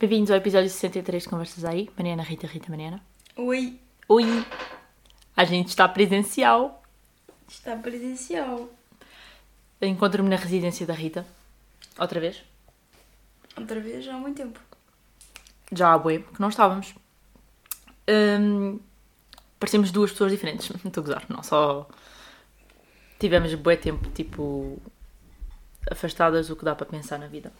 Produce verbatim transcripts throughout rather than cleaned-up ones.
Bem-vindos ao episódio sessenta e três de Conversas Aí. Mariana, Rita, Rita, Mariana. Oi. Oi. A gente está presencial. Está presencial. Encontro-me na residência da Rita. Outra vez. Outra vez, já há muito tempo. Já há bué, que não estávamos. Hum, parecemos duas pessoas diferentes. Não estou a gozar, não. Só tivemos bué tempo, tipo, afastadas do que dá para pensar na vida.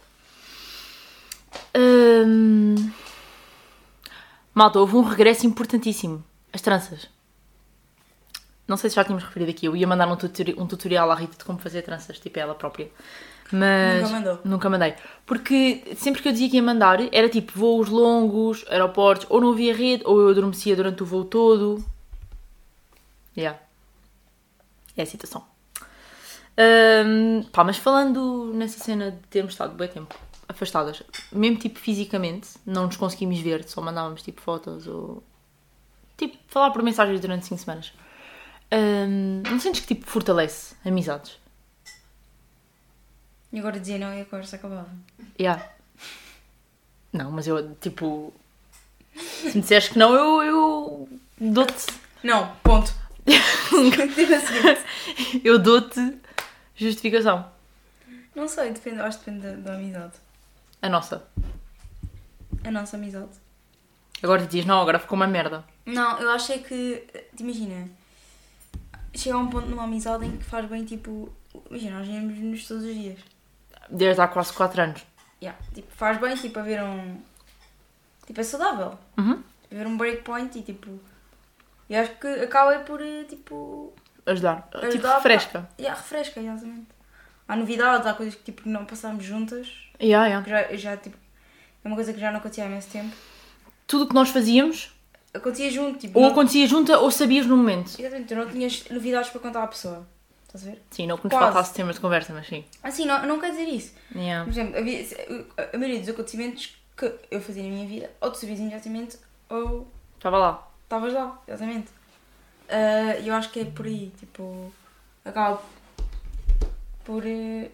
Hum... Malta, houve um regresso importantíssimo. As tranças. Não sei se já tínhamos referido aqui. Eu ia mandar um, tutori- um tutorial à Rita de como fazer tranças, tipo ela própria. Mas Nunca mandou. Nunca mandei. Porque sempre que eu dizia que ia mandar, era tipo voos longos, aeroportos, ou não havia rede, ou eu adormecia durante o voo todo. Yeah. É a situação. Hum, pá, mas falando nessa cena de termos estado bem tempo afastadas, mesmo tipo fisicamente, não nos conseguimos ver, só mandávamos tipo fotos ou tipo falar por mensagens durante cinco semanas. Hum, não sentes que tipo fortalece amizades? E agora dizia não e a conversa acabava. Yeah. Não, mas eu tipo, se me disseres que não, eu, eu dou-te. Não, ponto. Eu dou-te justificação. Não sei, depende, acho que depende da, da amizade. A nossa. A nossa amizade. Agora te diz, não, agora ficou uma merda. Não, eu acho é que, te imagina, chega a um ponto numa amizade em que faz bem, tipo, imagina, nós vemos-nos todos os dias. Desde há quase quatro anos. Yeah, tipo, faz bem, tipo, haver um, tipo, é saudável. Uhum. Haver um breakpoint e, tipo, e acho que acaba por, tipo, Ajudar. Tipo, Ajudar, refresca. pá. Yeah, refresca, exatamente. Há novidades, há coisas que, tipo, não passámos juntas. Yeah, yeah. Que já, já, tipo, é uma coisa que já não acontecia há imenso tempo. Tudo o que nós fazíamos, Acontecia junto, tipo... ou não... acontecia junta, ou sabias no momento. Exatamente, tu não tinhas novidades para contar à pessoa. Estás a ver? Sim, não que nos Quase. faltasse temas de conversa, mas sim. Assim, não, não quer dizer isso. Yeah. Por exemplo, havia, a maioria dos acontecimentos que eu fazia na minha vida, ou tu sabias imediatamente, ou Estava lá. estavas lá, exatamente. E uh, eu acho que é por aí, tipo... Acaba por... Uh,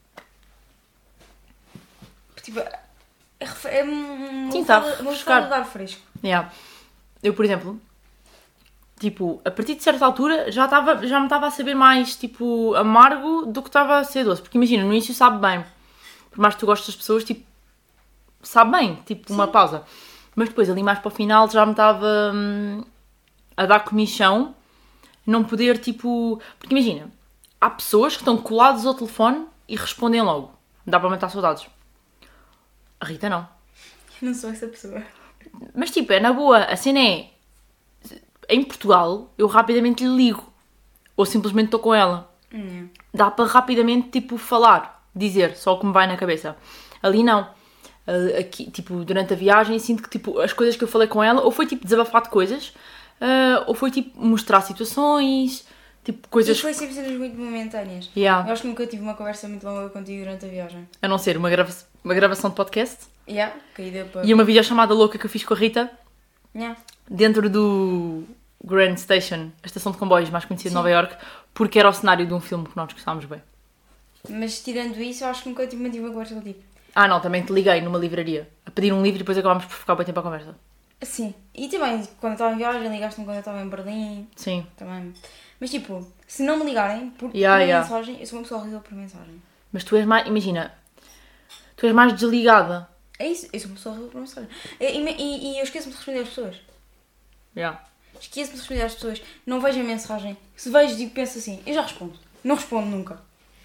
tipo... É, refe- é um... Sim, tá a uma refrescar. de ar fresco. Yeah. Eu, por exemplo, tipo, a partir de certa altura já, tava, já me estava a saber mais, tipo, amargo do que estava a ser doce. Porque imagina, no início sabe bem. Por mais que tu gostes das pessoas, tipo, sabe bem, tipo, uma Sim. pausa. Mas depois, ali mais para o final, já me estava hum, a dar comichão. Não poder, tipo... Porque imagina, há pessoas que estão coladas ao telefone e respondem logo. Dá para aumentar saudades. A Rita não. Eu não sou essa pessoa. Mas tipo, é na boa. A cena é... Em Portugal, eu rapidamente lhe ligo. Ou simplesmente estou com ela. Hum. Dá para rapidamente, tipo, falar. Dizer, só o que me vai na cabeça. Ali não. Uh, aqui, tipo, durante a viagem, sinto que, tipo, as coisas que eu falei com ela, ou foi, tipo, desabafar de coisas, uh, ou foi, tipo, mostrar situações, tipo, coisas... E foi sempre cenas muito momentâneas. Yeah. Eu acho que nunca tive uma conversa muito longa contigo durante a viagem. A não ser uma, grava... uma gravação de podcast Yeah, que aí deu para... e uma videochamada louca que eu fiz com a Rita, Yeah. dentro do Grand Station, a estação de comboios mais conhecida de Sim. Nova Iorque, porque era o cenário de um filme que nós gostávamos bem. Mas tirando isso, eu acho que nunca tive, mantive uma conversa contigo. Ah não, também te liguei numa livraria, a pedir um livro e depois acabámos por ficar bem tempo à conversa. Sim. E também, quando eu estava em viagem, ligaste-me quando eu estava em Berlim. Sim. Também. Mas tipo, se não me ligarem por, Yeah, por yeah. mensagem, eu sou uma pessoa horrível por mensagem. Mas tu és mais, imagina, tu és mais desligada. É isso, eu sou uma pessoa horrível por mensagem. E, e, e- e eu esqueço-me de responder às pessoas. Yeah. Esqueço-me de responder às pessoas. Não vejo a mensagem. Se vejo, digo, penso assim, eu já respondo. Não respondo nunca.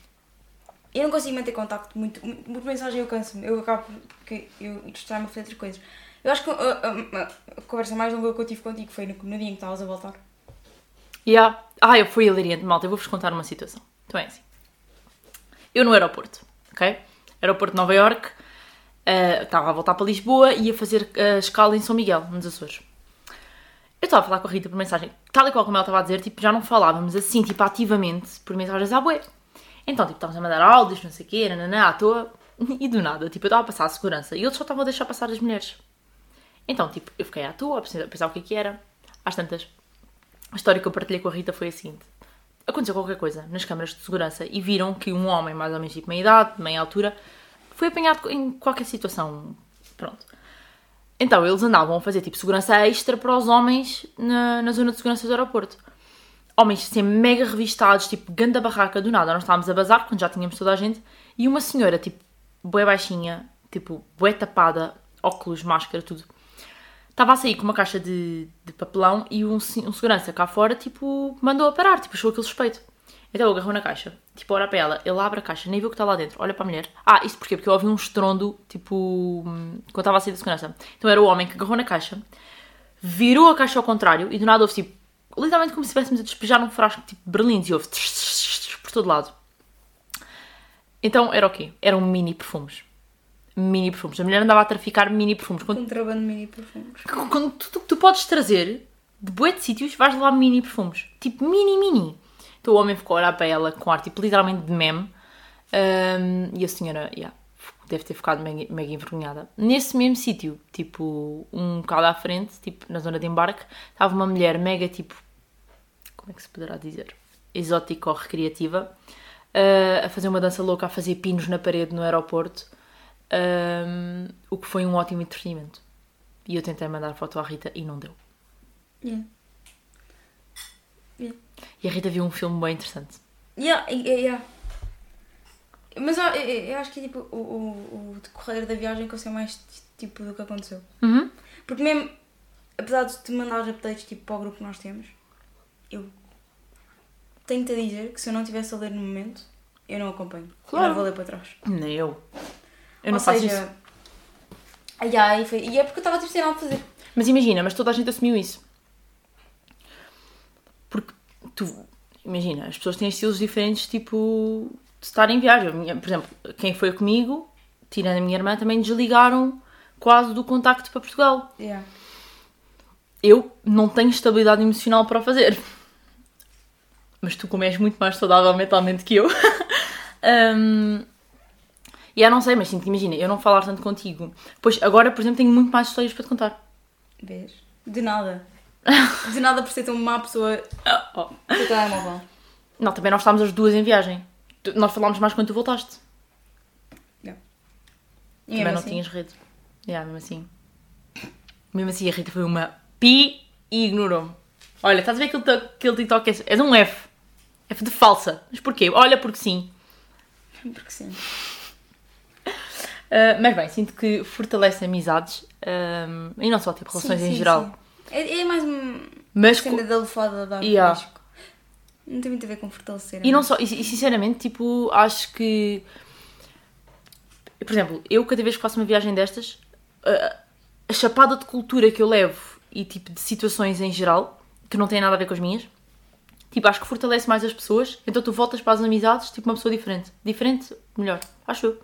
Eu não consigo manter contacto muito. muito por mensagem eu canso-me. Eu acabo porque eu distraio-me a fazer outras coisas. Eu acho que a, a- a- a conversa mais longa que eu tive contigo foi no, no dia em que estavas a voltar. Yeah. Ah, eu fui hilariante, malta, eu vou-vos contar uma situação. Então é assim. Eu no aeroporto, ok? Aeroporto de Nova Iorque, uh, estava a voltar para Lisboa e ia fazer a escala em São Miguel, nos Açores. Eu estava a falar com a Rita por mensagem, tal e qual como ela estava a dizer, tipo, já não falávamos assim, tipo, ativamente, por mensagens à bué. Então, tipo, estávamos a mandar áudios, não sei o quê, nananã, à toa, e do nada, tipo, eu estava a passar a segurança e eles só estavam a deixar passar as mulheres. Então, tipo, eu fiquei à toa, a pensar o que é que era. Às tantas, a história que eu partilhei com a Rita foi a seguinte. Aconteceu qualquer coisa nas câmaras de segurança e viram que um homem, mais ou menos tipo meia idade, meia altura, foi apanhado em qualquer situação. Pronto. Então, eles andavam a fazer, tipo, segurança extra para os homens na, na zona de segurança do aeroporto. Homens sempre mega revistados, tipo, ganda barraca do nada. Nós estávamos a bazar, quando já tínhamos toda a gente. E uma senhora, tipo, bué baixinha, tipo, bué tapada, óculos, máscara, tudo. Estava a sair com uma caixa de, de papelão e um, um segurança cá fora, tipo, mandou-a parar, tipo, achou aquele suspeito. Então ele agarrou na caixa, tipo, olha para ela, ele abre a caixa, nem viu o que está lá dentro, olha para a mulher. Ah, isto porquê? Porque eu ouvi um estrondo, tipo, quando estava a sair da segurança. Então era o homem que agarrou na caixa, virou a caixa ao contrário e do nada houve, tipo, literalmente como se estivéssemos a despejar um frasco, tipo, berlindes e houve por todo lado. Então era o quê? Eram mini perfumes. Mini perfumes. A mulher andava a traficar mini perfumes. Quando, Contrabando mini perfumes. quando tu, tu, tu podes trazer de bué de sítios, vais lá mini perfumes. Tipo, mini, mini. Então o homem ficou a olhar para ela com ar, tipo, literalmente de meme. Um, e a senhora, yeah, deve ter ficado mega, mega envergonhada. Nesse mesmo sítio, tipo, um bocado à frente, tipo, na zona de embarque, estava uma mulher mega, tipo, como é que se poderá dizer? Exótica ou recreativa, uh, a fazer uma dança louca, a fazer pinos na parede no aeroporto. Um, o que foi um ótimo entretenimento. E eu tentei mandar foto à Rita e não deu. Yeah. Yeah. E a Rita viu um filme bem interessante. Yeah, yeah, yeah. Mas eu, eu, eu acho que é tipo o, o, o decorrer da viagem que eu sei mais tipo do que aconteceu. Uhum. Porque mesmo, apesar de te mandar updates tipo para o grupo que nós temos, eu tenho-te a dizer que se eu não estivesse a ler no momento, eu não acompanho. Claro. Eu não vou ler para trás. Nem eu. Eu Ou não faço seja, isso. Ai, ai, foi, e é porque eu estava tipo sem nada a fazer. Mas imagina, mas toda a gente assumiu isso. Porque tu, imagina, as pessoas têm estilos diferentes, tipo, de estar em viagem. Por exemplo, quem foi comigo, tirando a minha irmã, também desligaram quase do contacto para Portugal. Yeah. Eu não tenho estabilidade emocional para o fazer. Mas tu, como és muito mais saudável mentalmente que eu... um, e eu não sei, mas sim, imagina, eu não falar tanto contigo. Pois agora, por exemplo, tenho muito mais histórias para te contar. Vês? De nada. De nada por ser tão má pessoa. Oh. Do telemóvel. Não, também nós estávamos as duas em viagem. Tu- Nós falámos mais quando tu voltaste. Yeah. E Também mesmo não assim, tinhas rede. Yeah, mesmo assim. Mesmo assim, a Rita foi uma pi e ignorou-me. Olha, estás a ver aquele, to- aquele TikTok? É, és um F. F de falsa. Mas porquê? Olha, porque sim. Porque sim. Uh, mas bem, sinto que fortalece amizades. um, e não só, tipo, relações Sim, em sim, geral. sim. É, é mais uma Mas cena co- da lefada da Yeah. risco. Não tem muito a ver com fortalecer. E não só, e, e sinceramente, tipo, acho que... Por exemplo, eu cada vez que faço uma viagem destas, a, a chapada de cultura que eu levo e tipo de situações em geral, que não têm nada a ver com as minhas, tipo, acho que fortalece mais as pessoas, então tu voltas para as amizades, tipo, uma pessoa diferente. Diferente, melhor. Acho eu.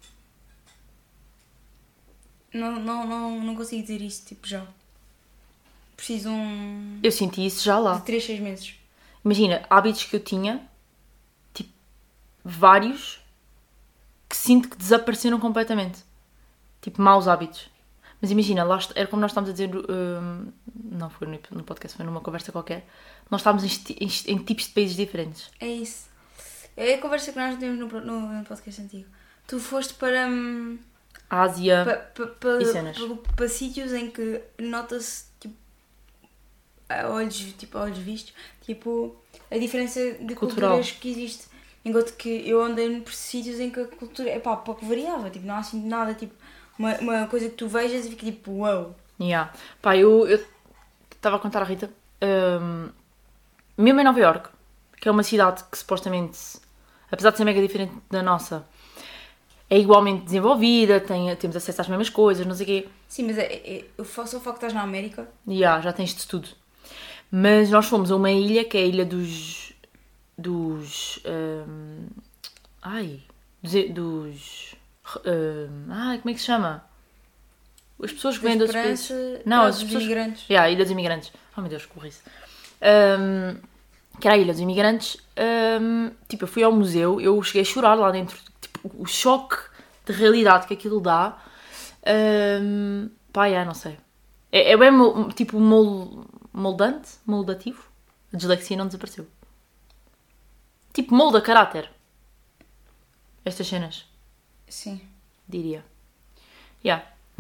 Não, não, não, não consigo dizer isso, tipo, já. Preciso um... Eu senti isso já lá. de três, seis meses. Imagina, hábitos que eu tinha, tipo, vários, que sinto que desapareceram completamente. Tipo, maus hábitos. Mas imagina, lá est- era como nós estávamos a dizer, hum, não foi no, no podcast, foi numa conversa qualquer, nós estávamos em, esti- em, esti- em tipos de países diferentes. É isso. É a conversa que nós temos no, pro- no, no podcast antigo. Tu foste para... hum, Ásia para, para, para, e cenas. para, para sítios em que nota-se, tipo, a olhos, tipo, a olhos vistos, tipo, a diferença de Cultural. culturas que existe. Enquanto que eu andei por sítios em que a cultura, é pá, pouco variava, tipo, não há assim nada, tipo, uma, uma coisa que tu vejas e fica tipo, uau. Yeah. Pá, eu estava a contar à Rita, hum, mesmo em Nova Iorque, que é uma cidade que supostamente, apesar de ser mega diferente da nossa, é igualmente desenvolvida, tem, temos acesso às mesmas coisas, não sei o quê. Sim, mas é, é, é, só o facto de estás na América. Yeah, já tens de tudo. Mas nós fomos a uma ilha, que é a ilha dos... dos... hum, ai... dos... dos hum, ai, como é que se chama? As pessoas que vêm de outros países. Não, as dos pessoas... imigrantes. Yeah, a ilha dos imigrantes. Oh meu Deus, que burrice. Um, que era a ilha dos imigrantes. Um, tipo, eu fui ao museu, eu cheguei a chorar lá dentro. Tipo, o choque de realidade que aquilo dá. Um, pá, yeah, não sei. É, é bem, mol- tipo, mol, moldante, moldativo. A dislexia não desapareceu. Tipo, molda caráter. Estas cenas, Sim. diria. Yeah.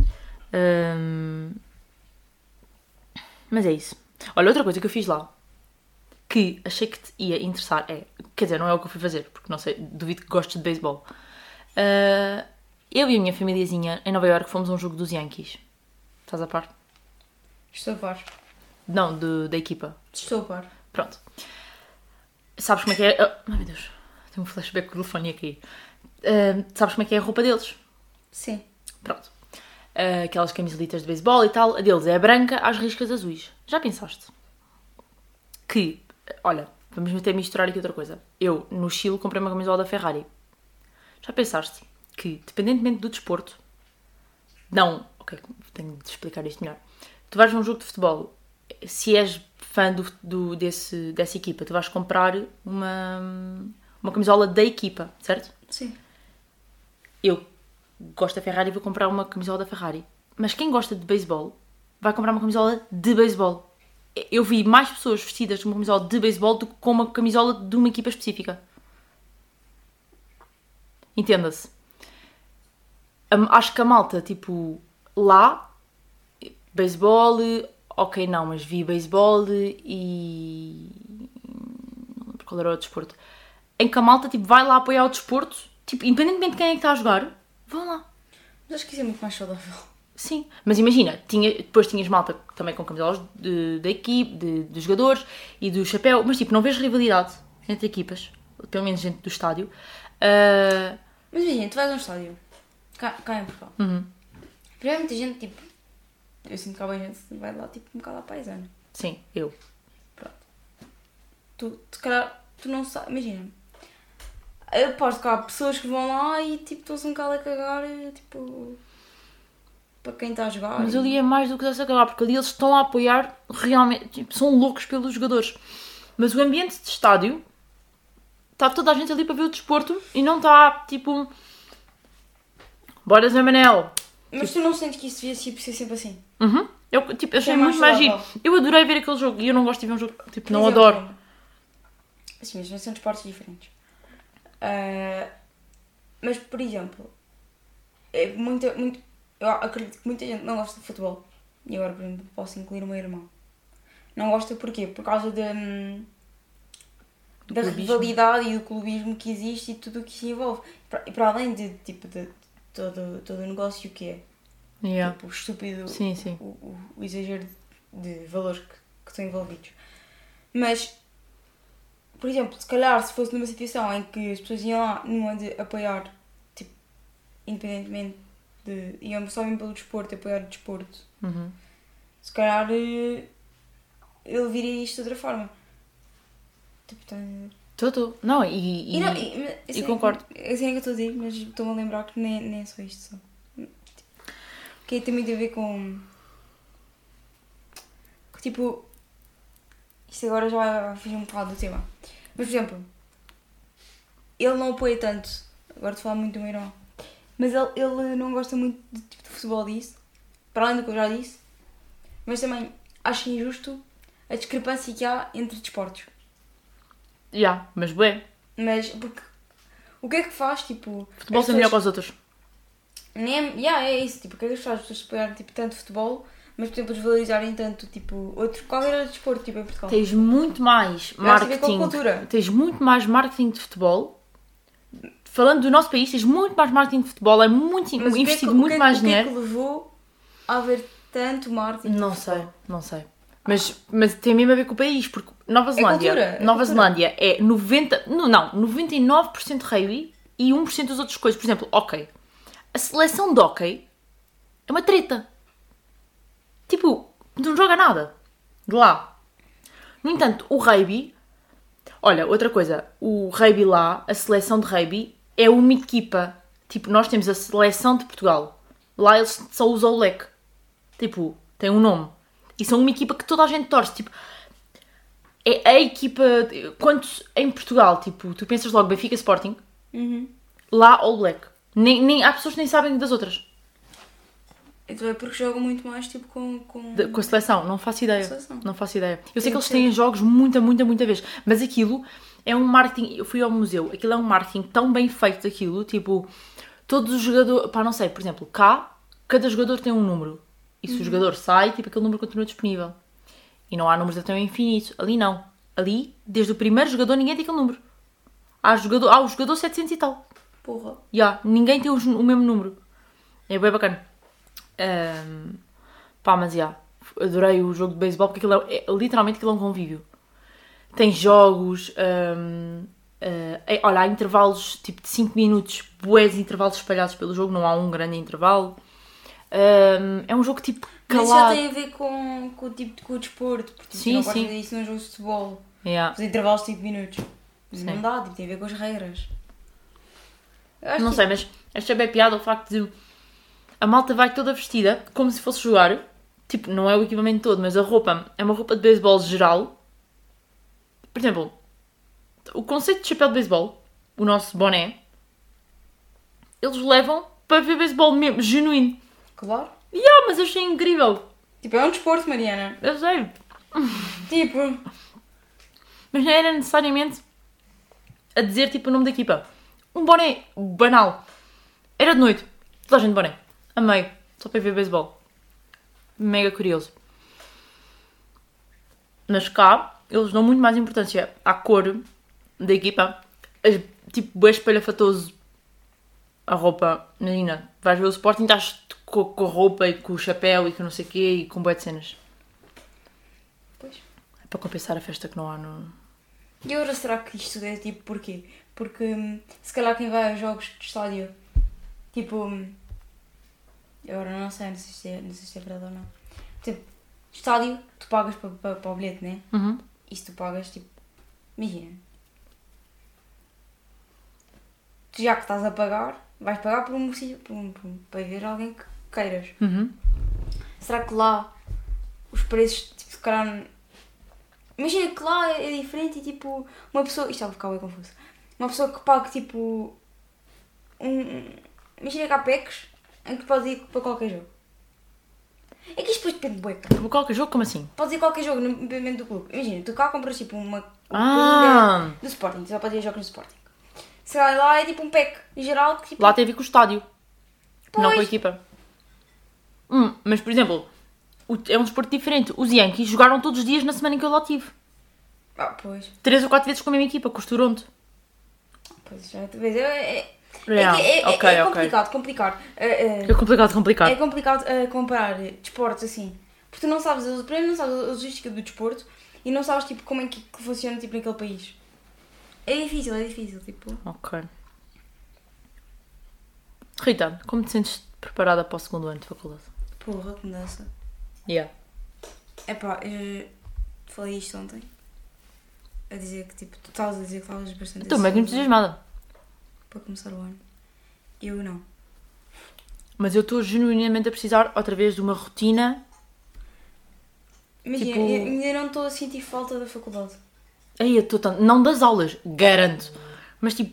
Hum, Mas é isso. Olha, outra coisa que eu fiz lá, que achei que te ia interessar, é... Quer dizer, não é o que eu fui fazer, porque não sei, duvido que gostes de beisebol. Uh, eu e a minha famíliazinha, em Nova Iorque, fomos a um jogo dos Yankees. Estás a par? Estou a par. Não, de, da equipa. Estou a par. Pronto. Sabes como é que é... Oh, meu Deus. Tenho um flashback com o telefone aqui. Uh, sabes como é que é a roupa deles? Sim. Pronto. Uh, aquelas camiselitas de beisebol e tal. A deles é branca às riscas azuis. Já pensaste? Que... Olha, vamos até misturar aqui outra coisa. Eu, no Chile, comprei uma camisola da Ferrari. Já pensaste que, dependentemente do desporto... Não... Ok, tenho de explicar isto melhor. Tu vais num jogo de futebol... Se és fã do, do, desse, dessa equipa, tu vais comprar uma, uma camisola da equipa, certo? Sim. Eu gosto da Ferrari e vou comprar uma camisola da Ferrari. Mas quem gosta de beisebol vai comprar uma camisola de beisebol. Eu vi mais pessoas vestidas de uma camisola de beisebol do que com uma camisola de uma equipa específica. Entenda-se. Acho que a malta, tipo, lá, beisebol... Ok, não, mas vi beisebol e... Não lembro qual era o desporto. Em que a malta, tipo, vai lá apoiar o desporto, tipo, independentemente de quem é que está a jogar, vão lá. Mas acho que isso é muito mais saudável. Sim, mas imagina, tinha, depois tinhas malta também com camisolas da equipe, de, de jogadores e do chapéu, mas tipo, não vês rivalidade entre equipas, pelo menos dentro do estádio. Uh... Mas imagina, tu vais a um estádio, cá, cá em Portugal. Uhum. Primeiro muita gente, tipo, eu sinto que há bem gente que vai lá, tipo, um bocado à paisana. Sim, eu. Pronto. Tu, se calhar, tu não sabes, imagina. Eu aposto que há pessoas que vão lá e, tipo, estão-se um bocado a cagar, tipo, para quem está a jogar. Mas e... ali é mais do que estás a cagar, porque ali eles estão a apoiar realmente, tipo, são loucos pelos jogadores. Mas o ambiente de estádio, está toda a gente ali para ver o desporto e não está, tipo, bora Zé Manel. Mas tu não sentes que isso devia ser sempre assim? Uhum. Eu, tipo, eu achei É mais muito mais giro. saudável. Eu adorei ver aquele jogo e eu não gosto de ver um jogo, tipo, não Mas eu- adoro. Assim, mas são esportes diferentes. Ah, mas, por exemplo, é muita, muito, eu acredito que muita gente não gosta de futebol. E agora, por exemplo, posso incluir o meu irmão. Não gosta porquê? Por causa da, hum, Do da clubismo. rivalidade e do clubismo que existe e tudo o que se envolve. Para- E para além de, tipo, de todo, todo o negócio que é. Yeah. Tipo, o estúpido, Sim, sim. o, o, o exagero de, de valores que, que estão envolvidos. Mas, por exemplo, se calhar se fosse numa situação em que as pessoas iam lá numa de apoiar, tipo, independentemente de... iam só mesmo pelo desporto, apoiar o desporto, Uhum. se calhar eh, ele viria isto de outra forma. Tipo, tem... Tô, tô. Não, e... e- E, não, e, mas, e assim, concordo. É assim que eu estou a dizer, mas estou-me a lembrar que nem, nem é só isto só. Que tem muito a ver com... que, tipo... Isto agora já vai fugir um bocado do tema. Mas, por exemplo... Ele não apoia tanto... Agora estou a falar muito do meu irmão. Mas ele, ele não gosta muito de, tipo, de futebol disso. Para além do que eu já disse. Mas também acho injusto a discrepância que há entre desportos. Yeah, mas bué. Mas, porque... O que é que faz, tipo... Futebol as ser melhor que pessoas- os outros. Nem é, yeah, é isso, tipo, o que é que as pessoas, as pessoas apoiarem, tipo, tanto futebol, mas, por exemplo, desvalorizarem tanto, tipo, outro, qualquer outro desporto, tipo, em Portugal. Tens muito mais Tem a ver com a marketing. cultura. Tens muito mais marketing de futebol. Falando do nosso país, tens muito mais marketing de futebol. É muito Mas o que é investido que- o muito que é que- mais o que é dinheiro. que levou a haver tanto marketing? Não de sei, futebol? não sei. Mas, mas tem mesmo a ver com o país, porque Nova Zelândia, cultura, é Nova cultura. Zelândia é noventa, não, não, noventa e nove por cento rugby e um por cento das outras coisas. Por exemplo, hóquei. A seleção de hóquei é uma treta. Tipo, não joga nada de lá. No entanto, o rugby... Olha, outra coisa. O rugby lá, a seleção de rugby, é uma equipa. Tipo, nós temos a seleção de Portugal. Lá eles só usam o leque. Tipo, tem um nome. E são uma equipa que toda a gente torce. Tipo, é a equipa... Quando em Portugal, tipo, tu pensas logo Benfica Sporting, Uhum. lá All Black. Nem, nem, há pessoas que nem sabem das outras. Então é porque jogam muito mais, tipo, com... com... De- com a seleção, não faço ideia. Seleção. Não faço ideia. Eu sei Tem que eles que têm jogos muita, muita, muita vez. Mas aquilo é um marketing... Eu fui ao museu. Aquilo é um marketing tão bem feito daquilo. Tipo, todos os jogadores... Pá, não sei. Por exemplo, cá, cada jogador tem um número. E se uhum. o jogador sai, tipo, aquele número continua disponível. E não há números até o infinito. Ali não. Ali, desde o primeiro jogador, ninguém tem aquele número. Há, jogador, há o jogador setecentos e tal. Porra. Yeah, ninguém tem o, o mesmo número. É bem bacana. Um, pá, mas já. Yeah, adorei o jogo de beisebol porque aquilo é, é, literalmente aquilo é um convívio. Tem jogos. Um, uh, é, olha, há intervalos tipo de cinco minutos, bués intervalos espalhados pelo jogo, não há um grande intervalo. Um, é um jogo tipo calado. Mas já tem a ver com, com o tipo de com o desporto, porque tipo, sim, não podes sim. fazer isso num jogo de futebol. Yeah. Os intervalos de cinco minutos. Sim. Não dá, tipo, tem a ver com as regras. Não que... sei, mas achei bem piada o facto de a malta vai toda vestida como se fosse jogar. Tipo, não é o equipamento todo, mas a roupa é uma roupa de beisebol geral. Por exemplo, o conceito de chapéu de beisebol, o nosso boné, eles levam para ver beisebol mesmo, genuíno. Claro. Yeah, mas eu achei incrível. Tipo, é um desporto, Mariana. Eu sei. Tipo... Mas não era necessariamente a dizer tipo o nome da equipa. Um boné banal. Era de noite. Toda a gente de boné. Amei. Só para ver beisebol. Mega curioso. Mas cá, eles dão muito mais importância à cor da equipa. As, tipo, bem espalhafatoso a roupa. Imagina, vais ver o Sporting, estás com, com a roupa e com o chapéu e com não sei o quê e com bué de cenas. Pois. É para compensar a festa que não há no... E agora será que isto é tipo porquê? Porque hum, se calhar quem vai aos jogos de estádio, tipo... Hum, agora não sei, não sei se é, não sei se é verdade ou não. Tipo, estádio, tu pagas para pa, pa o bilhete, né? Uhum. E se tu pagas, tipo... Imagina. Tu já que estás a pagar, vais pagar por um sítio, por um, por, para ver alguém que queiras. Uhum. Será que lá os preços, tipo, se calhar... Imagina que lá é diferente e tipo, uma pessoa... Isto vai ficar bem confuso. Uma pessoa que paga tipo... Um, imagina que há packs em que podes ir para qualquer jogo. É que isto depois depende do bué. Para qualquer jogo, como assim? Podes ir a qualquer jogo, independente do clube. Imagina, tu cá compras tipo uma... Ah. coisa do Sporting, tu só podes ir a jogos no Sporting. Se calhar lá é tipo um pack em geral que tipo... Lá tem a ver com o estádio. Pois. Não com a equipa. Hum, mas, por exemplo, é um desporto diferente. Os Yankees jogaram todos os dias na semana em que eu lá tive. Ah, pois. Três ou quatro vezes com a mesma equipa, com os Toronto. Pois, já tu vês. É, é, Yeah, é, é, okay, é okay. complicado, complicado. É, é, É complicado, complicado. É complicado uh, comparar desportos assim. Porque tu não sabes, primeiro não sabes a logística do desporto e não sabes tipo, como é que funciona tipo, naquele país. É difícil, é difícil, tipo... Ok. Rita, como te sentes preparada para o segundo ano de faculdade? Porra, que mudança. Yeah. Epá, eu falei isto ontem. A dizer que tipo, tu estavas a dizer que estavas bastante... Estou bem entusiasmada. Para começar o ano. Eu não. Mas eu estou genuinamente a precisar outra vez de uma rotina. Imagina, tipo... eu ainda não estou a sentir falta da faculdade. Aí eu estou tanto... Não das aulas, garanto. Mas tipo...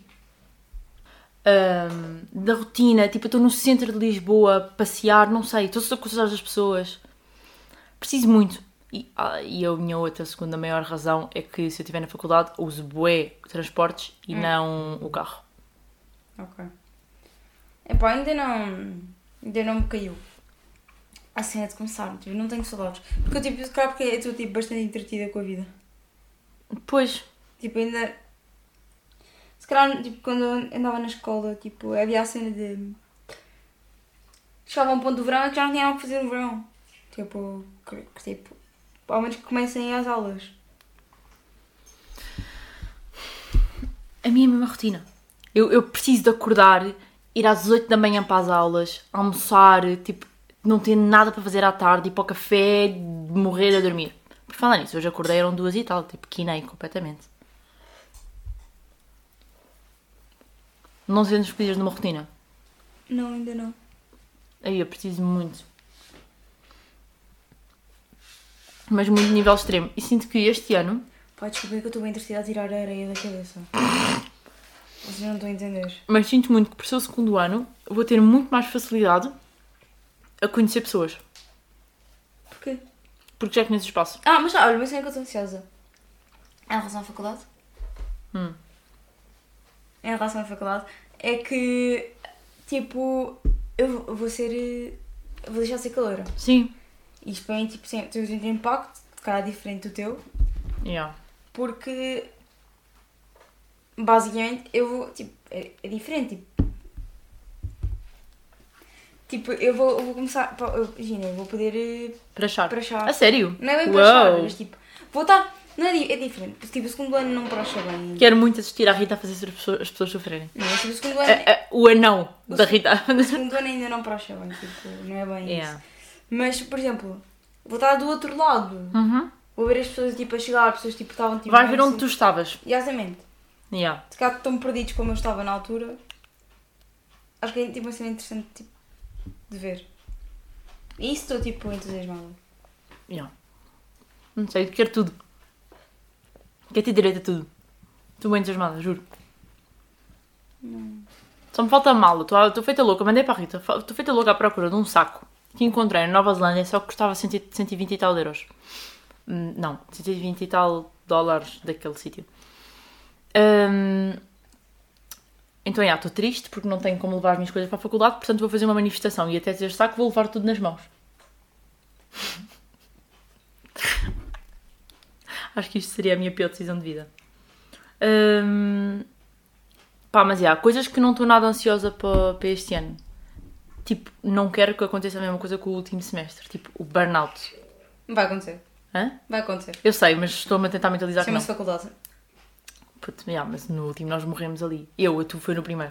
Um, da rotina. Tipo, eu estou no centro de Lisboa, passear, não sei. Estou a cruzar das pessoas. Preciso muito. E, ah, e a minha outra segunda maior razão é que se eu estiver na faculdade uso bué transportes e hum. não o carro. Ok. Epá, ainda não... Ainda não me caiu. A cena de começar, tipo, não tenho saudades. Porque eu, tipo, se calhar porque eu estou, tipo, bastante entretida com a vida. Pois. Tipo, ainda... Se calhar, tipo, quando eu andava na escola, tipo, havia a cena de... Chegava a um ponto do verão e que já não tinha nada que fazer no verão. Tipo, que, que, tipo... Ao menos que comecem as aulas. A minha é a mesma rotina. Eu, eu preciso de acordar, ir às oito da manhã para as aulas, almoçar, tipo, não ter nada para fazer à tarde, ir para o café, morrer a dormir. Por falar nisso, hoje acordei, eram duas e tal, tipo, quinei completamente. Não sentes que precisas de uma rotina? Não, ainda não. Aí eu preciso muito. Mas muito nível extremo. E sinto que este ano... Pá, desculpa que eu estou bem entretida a tirar a areia da cabeça. Vocês não estão a entender. Mas sinto muito que por ser o segundo ano vou ter muito mais facilidade a conhecer pessoas. Porquê? Porque já conheço o espaço. Ah, mas olha, mas é que eu estou ansiosa. Em relação à faculdade? Hum. Em relação à faculdade, é que, tipo, eu vou ser vou deixar de ser caloura. Sim. Isto para mim, tipo, tem um impacto, de cara diferente do teu, Yeah. porque basicamente eu vou, tipo, é, é diferente, tipo, tipo, eu vou, eu vou começar, pá, eu- imagina, eu vou poder eh, Prachar. prachar. A sério? Não é bem Uau. prachar, mas tipo, vou estar, não é, di- é diferente, porque tipo, o segundo ano não pracha bem. Quero muito assistir à Rita a fazer as pessoas, as pessoas sofrerem. Não, tipo, o segundo ano, A- a- o anão O da se- Rita. o segundo ano ainda não pracha bem, tipo, não é bem Yeah. isso. Mas, por exemplo, vou estar do outro lado, Uhum. vou ver as pessoas, tipo, a chegar, as pessoas, tipo, estavam, tipo... Vais mais ver onde assim- tu estavas. Exatamente. Yeah. Se calhar tão perdidos como eu estava na altura, acho que é tipo uma cena interessante tipo, de ver. E isso estou tipo entusiasmada. Yeah. Não sei, quero tudo. Quero ter direito a tudo. Estou bem entusiasmada, juro. Não. Só me falta a mala. Estou estou feita louca. Mandei para a Rita. Fa- Estou feita louca à procura de um saco que encontrei na Nova Zelândia, só que custava cento e cento e vinte e tal euros. Hum, Não, cento e vinte e tal dólares daquele sítio. Hum, Então, já, estou triste porque não tenho como levar as minhas coisas para a faculdade, portanto vou fazer uma manifestação e até ter saco vou levar tudo nas mãos. Acho que isto seria a minha pior decisão de vida. Hum, Pá, mas já, coisas que não estou nada ansiosa para, para este ano. Tipo, não quero que aconteça a mesma coisa com o último semestre. Tipo, o burnout. Vai acontecer. Hã? Vai acontecer. Eu sei, mas estou-me a tentar mentalizar que não. Chama-se faculdade. Puto, já, mas no último nós morremos ali. Eu, tu foi no primeiro.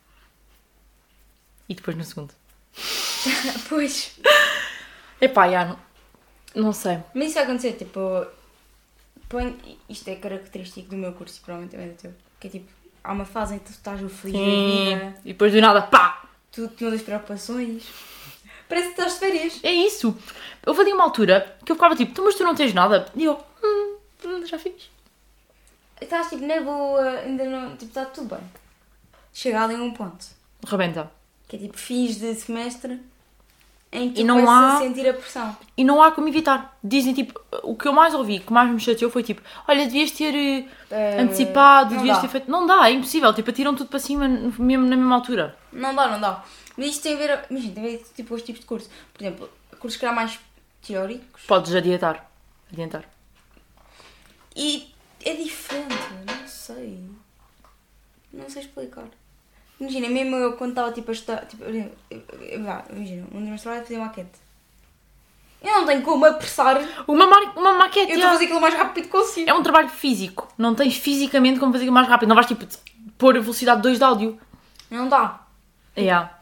E depois no segundo. Pois. Epá, já, não, não sei. Mas isso vai acontecer, tipo... Põe... Isto é característico do meu curso e provavelmente também do teu. Que é tipo... Há uma fase em que tu estás o feliz da Sim. vida. E depois do nada, pá! Tu não tens preocupações. Parece que estás de férias. É isso. Houve ali uma altura que eu ficava tipo, "Tu, mas tu não tens nada?" E eu, hum, hum, já fiz. Estás tipo na boa, ainda não... Tipo, está tudo bem. Chega ali a um ponto. Rebenta. Que é tipo fins de semestre em que E tu não começas há- a sentir a pressão. E não há como evitar. Dizem tipo, o que eu mais ouvi, que mais me chateou foi tipo, olha, devias ter eh, Eh, antecipado, não devias dá. ter feito. Não dá, é impossível. Tipo, atiram tudo para cima mesmo na mesma altura. Não dá, não dá. Mas isto tem a ver, imagina, tem a ver tipo, os tipos de curso. Por exemplo, cursos que eram mais teóricos Podes adiantar. Adiantar. e é diferente, não sei. Não sei explicar. Imagina, mesmo eu quando estava tipo a estudar, tipo, eu- eu- eu- vá, imagina, um dos meus trabalhos é fazer maquete. Eu não tenho como apressar, eu Uma, mar... uma maquete. estou já. a fazer aquilo o mais rápido que consigo. É um trabalho físico. Não tens fisicamente como fazer aquilo mais rápido. Não vais tipo pôr a velocidade dois de áudio. Não dá. Yeah.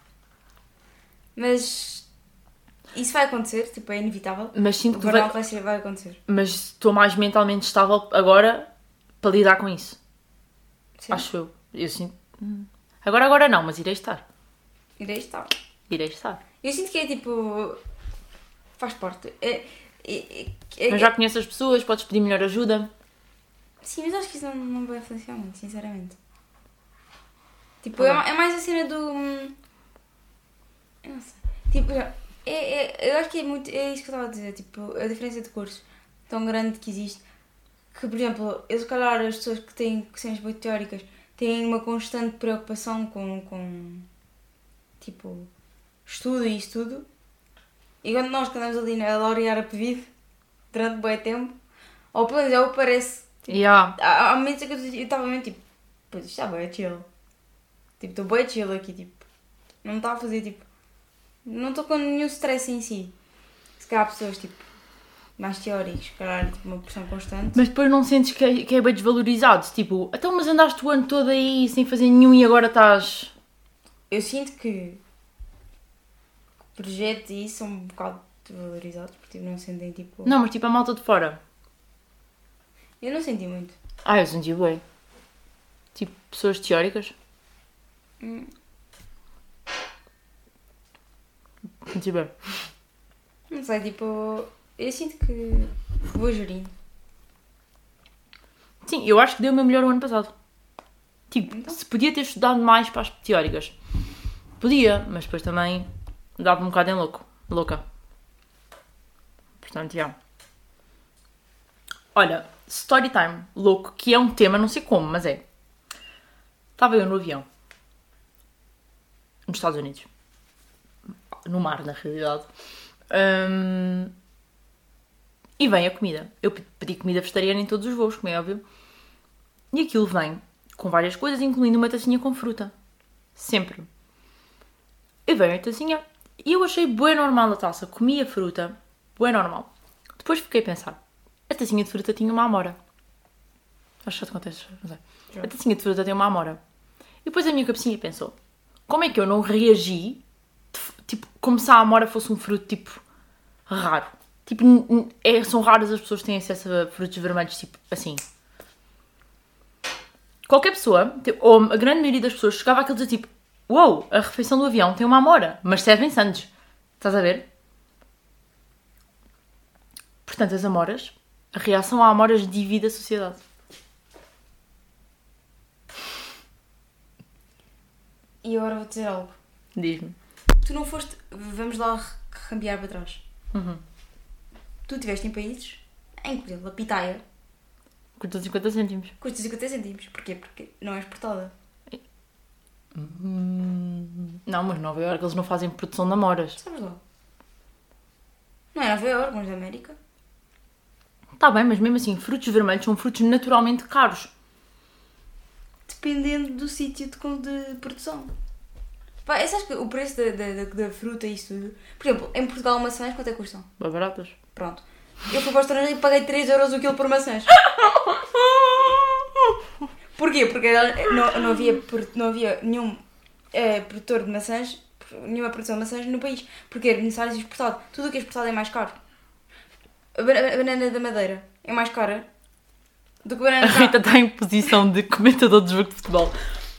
Mas isso vai acontecer, tipo, é inevitável. Mas sinto O que vai... burnout vai, ser, vai acontecer. Mas estou mais mentalmente estável agora para lidar com isso. Sim. Acho eu. Eu sinto. Hum. Agora, agora não, mas irei estar. Irei estar. Irei estar. Eu sinto que é tipo. Faz parte. É, é, é, é, Mas já conheces as pessoas, podes pedir melhor ajuda. Sim, mas acho que isso não, não vai influenciar muito, sinceramente. Tipo, Tá é, bem. ma- é mais a cena do. hum, Eu não sei. Tipo, já- é, é, eu acho que é muito. É isso que eu estava a dizer. Tipo, a diferença de cursos tão grande que existe. Que, por exemplo, eu se calhar as pessoas que têm cenas muito teóricas têm uma constante preocupação com. com tipo, estudo e isso tudo. E quando nós que andamos ali a laurear a pedido durante bem tempo, ou pelo menos é o que parece. Yeah. Há, há momentos em que eu estava mesmo tipo, pois isto está bem chill. Tipo, estou bem chill aqui, tipo, não está a fazer tipo, não estou com nenhum stress em si. Se calhar há pessoas tipo, mais teóricas, se calhar tipo, uma pressão constante. Mas depois não sentes que é, que é bem desvalorizado. Tipo, então mas andaste o ano todo aí sem fazer nenhum e agora estás... Eu sinto que projetos e isso são um bocado desvalorizados, porque tipo, não sentem tipo. Não, mas tipo a malta de fora. Eu não senti muito. Ah, eu senti bem. Tipo, pessoas teóricas. Hum. Senti bem. Não sei, tipo, eu sinto que vou gerindo. Sim, eu acho que deu o meu melhor o ano passado. Tipo, Então? se podia ter estudado mais para as teóricas. Podia, mas depois também dava um bocado em louco. Louca. Portanto, já. Olha, story time, louco, que é um tema, não sei como, mas é. Estava eu no avião. Nos Estados Unidos. no mar, na realidade. Hum, e vem a comida. Eu pedi comida vegetariana em todos os voos, como é óbvio. E aquilo vem com várias coisas, incluindo uma tacinha com fruta. Sempre. E vem a tacinha. E eu achei bué normal a taça. Comi a fruta. Bué normal. Depois fiquei a pensar. A tacinha de fruta tinha uma amora. Acho que já te contei, não sei. A tacinha de fruta tem uma amora. E depois a minha cabecinha pensou. Como é que eu não reagi? Tipo, como se a amora fosse um fruto, tipo, raro. Tipo, é, são raras as pessoas que têm acesso a frutos vermelhos, tipo, assim. Qualquer pessoa, ou a grande maioria das pessoas, chegava àquilo de dizer, tipo, uou, wow, a refeição do avião tem uma amora, mas servem sandes. Estás a ver? Portanto, as amoras, a reação a amoras divide a sociedade. E agora vou dizer algo. Diz-me. Tu não foste... Vamos lá cambiar para trás. Uhum. Tu estiveste em países em que, por exemplo, a pitaia Custa cinquenta cêntimos. custa cinquenta cêntimos. Porquê? Porque não é exportada. Hum, não, mas Nova Iorque eles não fazem produção de amoras. Sabes lá. Não é Nova Iorque, mas da América. Está bem, mas mesmo assim, frutos vermelhos são frutos naturalmente caros. Dependendo do sítio de, de produção. Pá, é, sabes que o preço da, da, da, da fruta e isso tudo... Por exemplo, em Portugal maçãs quanto é que custam? Bem baratas. Pronto. Eu fui para o estrangeiro e paguei três euros o quilo por maçãs. Porquê? Porque não, não, havia, não havia nenhum é, produtor de maçãs, nenhuma produção de maçãs no país. Porque era necessário ser exportado. Tudo o que é exportado é mais caro. A banana da Madeira é mais cara do que a banana A Rita está em posição de comentador de jogo de futebol.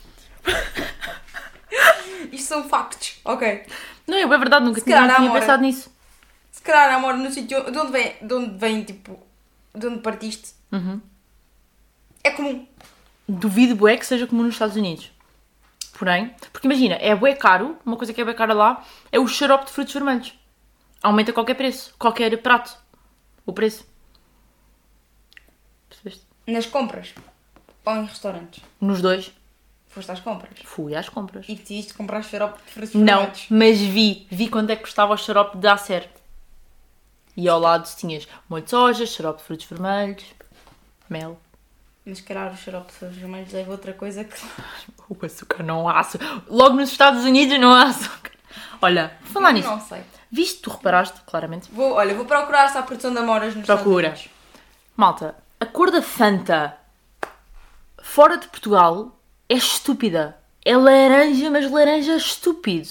Isto são factos, ok? Não, é verdade, nunca Se tinha, calhar não tinha amora. pensado nisso. Se calhar a amora no sítio de onde vem, de onde vem, tipo, de onde partiste, Uhum. é comum. Duvido bué que seja comum nos Estados Unidos. Porém, porque imagina, é bué caro, uma coisa que é bué cara lá, é o xarope de frutos vermelhos. Aumenta qualquer preço, qualquer prato. O preço. Percebeste? Nas compras ou em restaurantes. Nos dois, Foste às compras. fui às compras. E decidiste comprar xarope de frutos Não, vermelhos. mas vi. Vi quanto é que custava o xarope de Acer. E ao lado tinhas molho de soja, xarope de frutos vermelhos, mel. Mas se calhar o xarope de frutos vermelhos leva outra coisa que... O açúcar não há açúcar. Logo nos Estados Unidos não há açúcar. Olha, vou falar nisso. Não sei. Viste, tu reparaste, claramente. Vou, olha, vou procurar se há produção de amoras nos Procura. Estados Unidos. Malta, a cor da Fanta fora de Portugal é estúpida. É laranja, mas laranja estúpido.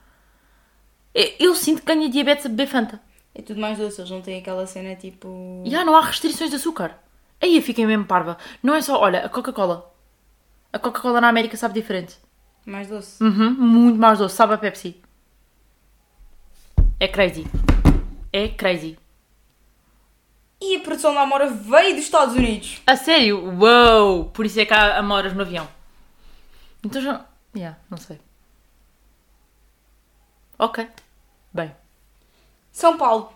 Eu sinto que ganho diabetes a beber Fanta. É tudo mais doce, eles não têm aquela cena tipo... E já não há restrições de açúcar. Aí eu fiquei mesmo parva. Não é só, olha, a Coca-Cola. A Coca-Cola na América sabe diferente. Mais doce. Uhum, muito mais doce. Sabe a Pepsi. É crazy. É crazy. E a produção da amora veio dos Estados Unidos. A sério? Uou! Por isso é que há amoras no avião. Então já... Yeah, não sei. Ok. Bem. São Paulo.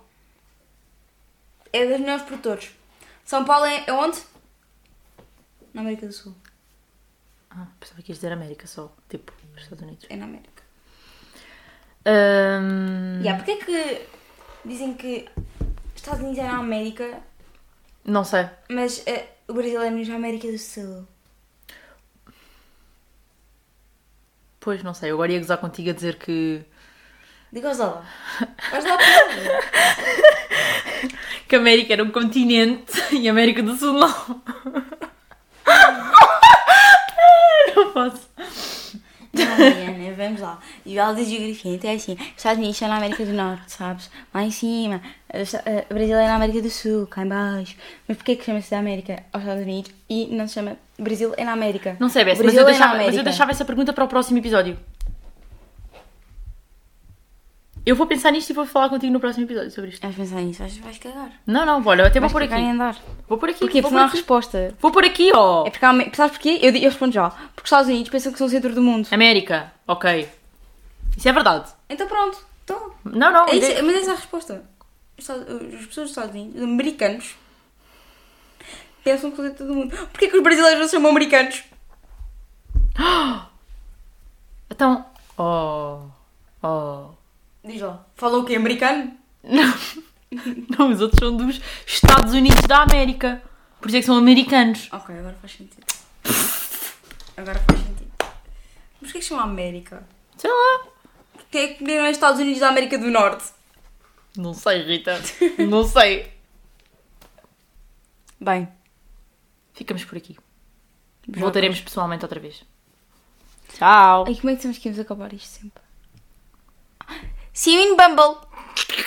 É dos melhores produtores. São Paulo é, é onde? Na América do Sul. Ah, pensava que ias dizer América só. Tipo, os Estados Unidos. É na América. Hum, Yeah, porque é que dizem que Estados Unidos é na América, Não sei. mas uh, o Brasil é na América do Sul? Pois, não sei. Eu agora ia gozar contigo a dizer que... Diga-os lá. Vais lá para Que a América era um continente e a América do Sul não. Não posso. Não, Diana, vamos lá. E o aula de geografia, então é assim: Estados Unidos estão na América do Norte, sabes? Lá em cima. O Brasil é na América do Sul, cá em baixo. Mas porquê que chama-se da América aos Estados Unidos e não se chama Brasil é na América? Não sei, Bess, mas, Brasil eu é na deixava, mas América. eu deixava essa pergunta para o próximo episódio. Eu vou pensar nisto e vou falar contigo no próximo episódio sobre isto. Vais pensar nisso, vais, vais cagar. Não, não, olha, eu até vou Vais por aqui. cagar em andar. Vou por aqui. Porquê? Vou Porque por não há aqui. resposta. Vou por aqui, ó. É porque há... Sabes porquê? Eu, eu respondo já. Porque os Estados Unidos pensam que são o centro do mundo. América, ok. Isso é verdade. Então pronto. Então, Não, não. é isso, ide- mas essa é a resposta. Os Estados- As pessoas dos Estados Unidos, os americanos, pensam que são o centro do mundo. Porquê que os brasileiros não se chamam americanos? Então, oh, oh, Diz lá. Falou o quê? Americano? Não. Não, os outros são dos Estados Unidos da América. Por isso é que são americanos. Ok, agora faz sentido. Agora faz sentido. Mas porquê que chama América? Sei lá. Porquê é que não é Estados Unidos da América do Norte? Não sei, Rita. Não sei. Bem. Ficamos por aqui. Já Voltaremos pessoalmente outra vez. Tchau. Ai, como é que temos que irmos acabar isto sempre? See you in Bumble!